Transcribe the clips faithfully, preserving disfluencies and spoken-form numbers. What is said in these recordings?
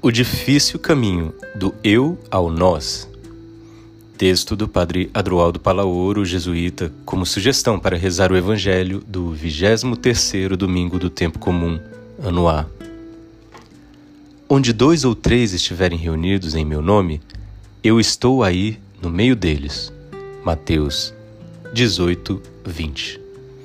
O difícil caminho do eu ao nós. Texto do padre Adroaldo Palaoro, jesuíta, como sugestão para rezar o Evangelho do vigésimo terceiro domingo do tempo comum, ano A. Onde dois ou três estiverem reunidos em meu nome, eu estou aí no meio deles. Mateus dezoito, vinte.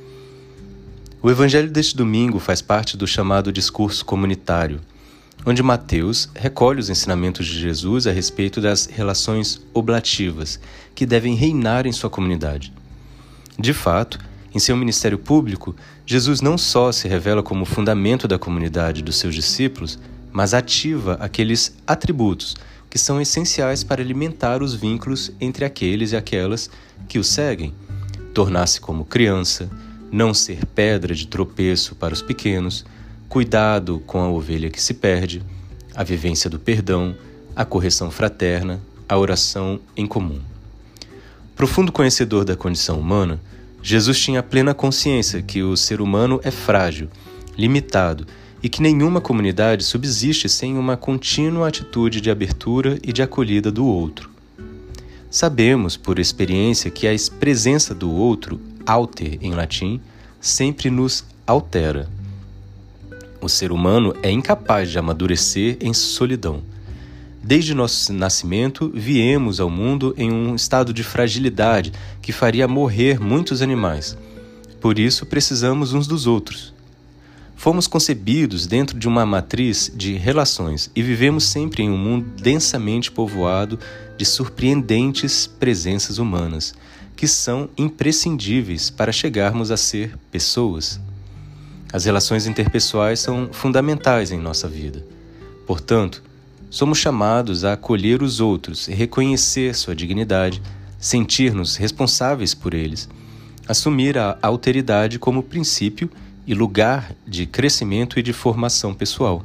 O Evangelho deste domingo faz parte do chamado discurso comunitário, onde Mateus recolhe os ensinamentos de Jesus a respeito das relações oblativas que devem reinar em sua comunidade. De fato, em seu ministério público, Jesus não só se revela como fundamento da comunidade dos seus discípulos, mas ativa aqueles atributos que são essenciais para alimentar os vínculos entre aqueles e aquelas que o seguem: tornar-se como criança, não ser pedra de tropeço para os pequenos, cuidado com a ovelha que se perde, a vivência do perdão, a correção fraterna, a oração em comum. Profundo conhecedor da condição humana, Jesus tinha plena consciência que o ser humano é frágil, limitado e que nenhuma comunidade subsiste sem uma contínua atitude de abertura e de acolhida do outro. Sabemos, por experiência, que a presença do outro, alter em latim, sempre nos altera. O ser humano é incapaz de amadurecer em solidão. Desde nosso nascimento, viemos ao mundo em um estado de fragilidade que faria morrer muitos animais. Por isso, precisamos uns dos outros. Fomos concebidos dentro de uma matriz de relações e vivemos sempre em um mundo densamente povoado de surpreendentes presenças humanas, que são imprescindíveis para chegarmos a ser pessoas. As relações interpessoais são fundamentais em nossa vida. Portanto, somos chamados a acolher os outros e reconhecer sua dignidade, sentir-nos responsáveis por eles, assumir a alteridade como princípio e lugar de crescimento e de formação pessoal.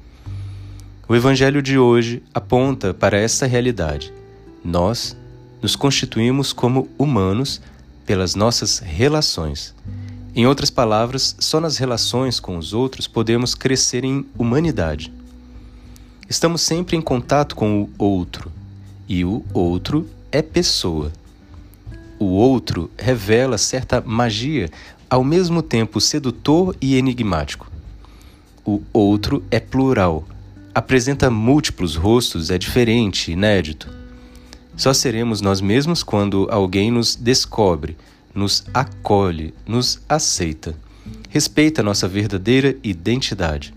O Evangelho de hoje aponta para esta realidade. Nós nos constituímos como humanos pelas nossas relações. Em outras palavras, só nas relações com os outros podemos crescer em humanidade. Estamos sempre em contato com o outro, e o outro é pessoa. O outro revela certa magia, ao mesmo tempo sedutor e enigmático. O outro é plural, apresenta múltiplos rostos, é diferente, inédito. Só seremos nós mesmos quando alguém nos descobre, nos acolhe, nos aceita, respeita nossa verdadeira identidade.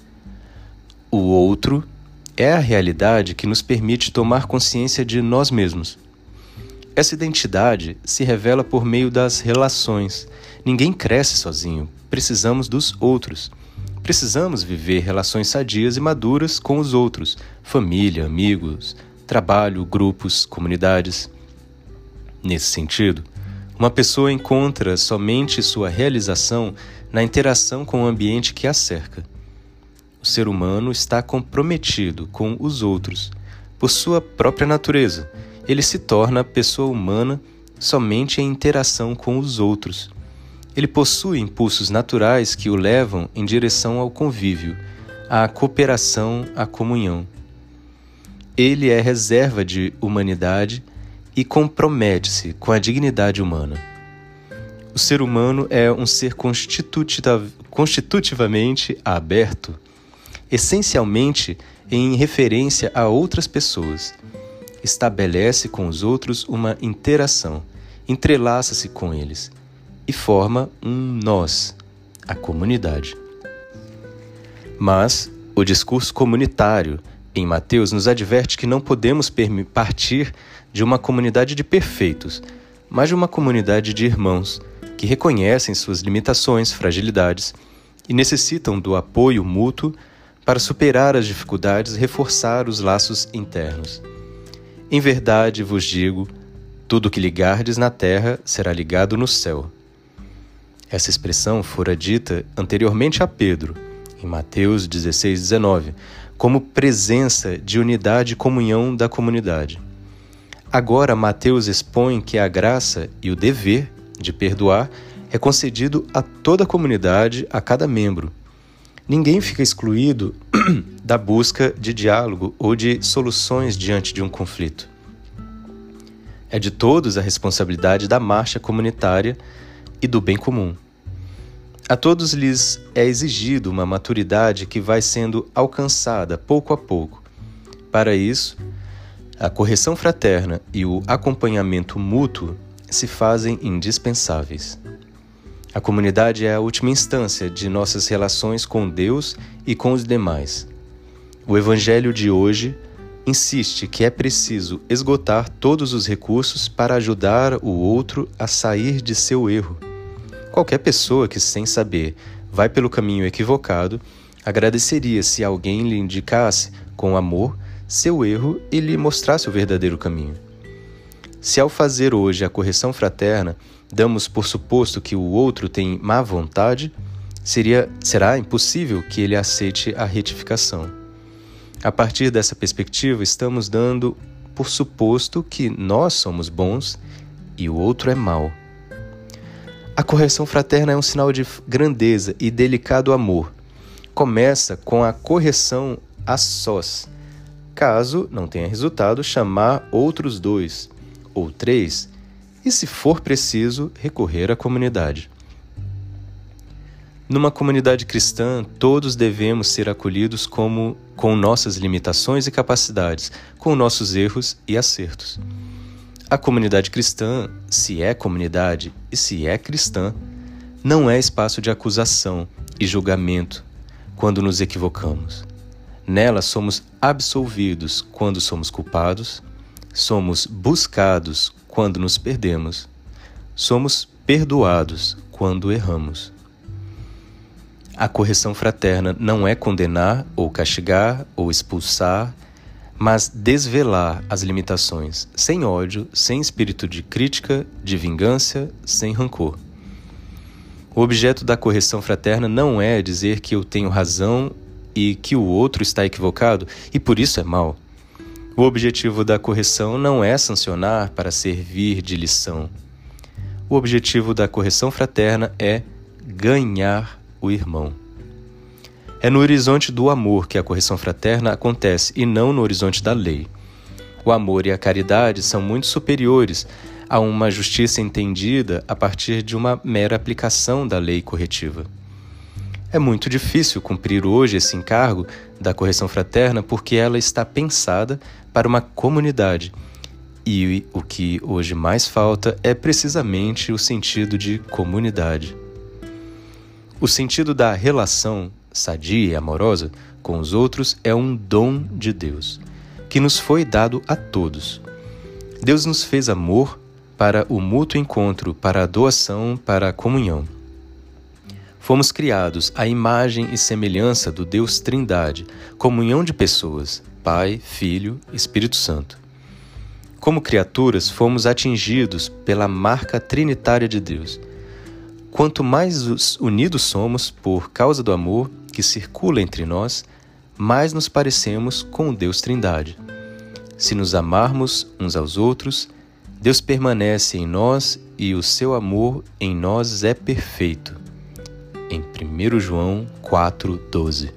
O outro é a realidade que nos permite tomar consciência de nós mesmos. Essa identidade se revela por meio das relações. Ninguém cresce sozinho, precisamos dos outros. Precisamos viver relações sadias e maduras com os outros, família, amigos, trabalho, grupos, comunidades. Nesse sentido, uma pessoa encontra somente sua realização na interação com o ambiente que a cerca. O ser humano está comprometido com os outros. Por sua própria natureza, ele se torna pessoa humana somente em interação com os outros. Ele possui impulsos naturais que o levam em direção ao convívio, à cooperação, à comunhão. Ele é reserva de humanidade e compromete-se com a dignidade humana. O ser humano é um ser constitutiva, constitutivamente aberto, essencialmente em referência a outras pessoas. Estabelece com os outros uma interação, entrelaça-se com eles e forma um nós, a comunidade. Mas o discurso comunitário em Mateus nos adverte que não podemos partir de uma comunidade de perfeitos, mas de uma comunidade de irmãos que reconhecem suas limitações, fragilidades e necessitam do apoio mútuo para superar as dificuldades e reforçar os laços internos. Em verdade vos digo, tudo que ligardes na terra será ligado no céu. Essa expressão fora dita anteriormente a Pedro, em Mateus dezesseis, dezenove, como presença de unidade e comunhão da comunidade. Agora Mateus expõe que a graça e o dever de perdoar é concedido a toda a comunidade, a cada membro. Ninguém fica excluído da busca de diálogo ou de soluções diante de um conflito. É de todos a responsabilidade da marcha comunitária e do bem comum. A todos lhes é exigido uma maturidade que vai sendo alcançada pouco a pouco. Para isso, a correção fraterna e o acompanhamento mútuo se fazem indispensáveis. A comunidade é a última instância de nossas relações com Deus e com os demais. O Evangelho de hoje insiste que é preciso esgotar todos os recursos para ajudar o outro a sair de seu erro. Qualquer pessoa que, sem saber, vai pelo caminho equivocado, agradeceria se alguém lhe indicasse, com amor, seu erro e lhe mostrasse o verdadeiro caminho. Se ao fazer hoje a correção fraterna, damos por suposto que o outro tem má vontade, seria, será impossível que ele aceite a retificação. A partir dessa perspectiva, estamos dando por suposto que nós somos bons e o outro é mau. A correção fraterna é um sinal de grandeza e delicado amor. Começa com a correção a sós. Caso não tenha resultado, chamar outros dois ou três e, se for preciso, recorrer à comunidade. Numa comunidade cristã, todos devemos ser acolhidos como, com nossas limitações e capacidades, com nossos erros e acertos. A comunidade cristã, se é comunidade e se é cristã, não é espaço de acusação e julgamento quando nos equivocamos. Nela somos absolvidos quando somos culpados, somos buscados quando nos perdemos, somos perdoados quando erramos. A correção fraterna não é condenar ou castigar ou expulsar, mas desvelar as limitações, sem ódio, sem espírito de crítica, de vingança, sem rancor. O objeto da correção fraterna não é dizer que eu tenho razão e que o outro está equivocado e por isso é mau. O objetivo da correção não é sancionar para servir de lição. O objetivo da correção fraterna é ganhar o irmão. É no horizonte do amor que a correção fraterna acontece e não no horizonte da lei. O amor e a caridade são muito superiores a uma justiça entendida a partir de uma mera aplicação da lei corretiva. É muito difícil cumprir hoje esse encargo da correção fraterna porque ela está pensada para uma comunidade e o que hoje mais falta é precisamente o sentido de comunidade. O sentido da relação sadia e amorosa com os outros é um dom de Deus, que nos foi dado a todos. Deus nos fez amor para o mútuo encontro, para a doação, para a comunhão. Fomos criados à imagem e semelhança do Deus Trindade, comunhão de pessoas, Pai, Filho, Espírito Santo. Como criaturas, fomos atingidos pela marca trinitária de Deus. Quanto mais unidos somos por causa do amor que circula entre nós, mais nos parecemos com o Deus Trindade. Se nos amarmos uns aos outros, Deus permanece em nós e o seu amor em nós é perfeito. Em primeiro João quatro, doze.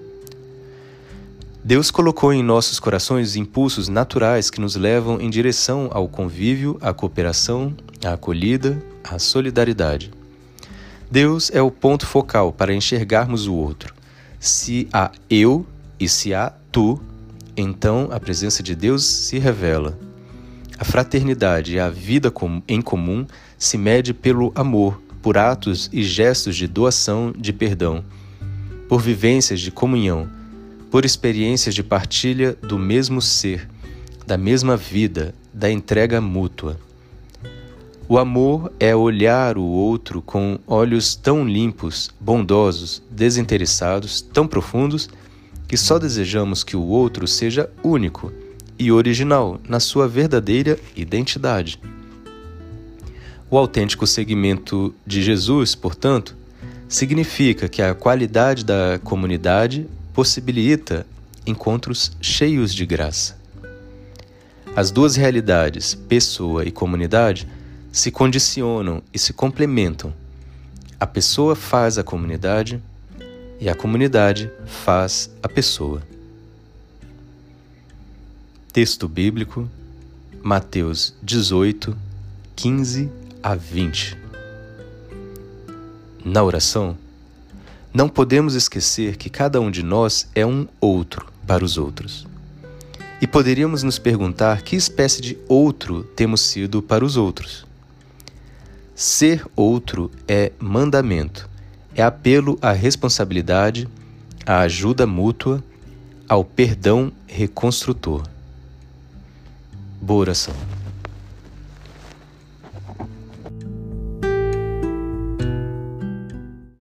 Deus colocou em nossos corações impulsos naturais que nos levam em direção ao convívio, à cooperação, à acolhida, à solidariedade. Deus é o ponto focal para enxergarmos o outro. Se há eu e se há tu, então a presença de Deus se revela. A fraternidade e a vida em comum se mede pelo amor, por atos e gestos de doação, de perdão, por vivências de comunhão, por experiências de partilha do mesmo ser, da mesma vida, da entrega mútua. O amor é olhar o outro com olhos tão limpos, bondosos, desinteressados, tão profundos, que só desejamos que o outro seja único e original na sua verdadeira identidade. O autêntico seguimento de Jesus, portanto, significa que a qualidade da comunidade possibilita encontros cheios de graça. As duas realidades, pessoa e comunidade, se condicionam e se complementam. A pessoa faz a comunidade e a comunidade faz a pessoa. Texto bíblico, Mateus dezoito, quinze a vinte. Na oração, não podemos esquecer que cada um de nós é um outro para os outros. E poderíamos nos perguntar que espécie de outro temos sido para os outros. Ser outro é mandamento, é apelo à responsabilidade, à ajuda mútua, ao perdão reconstrutor. Boa oração.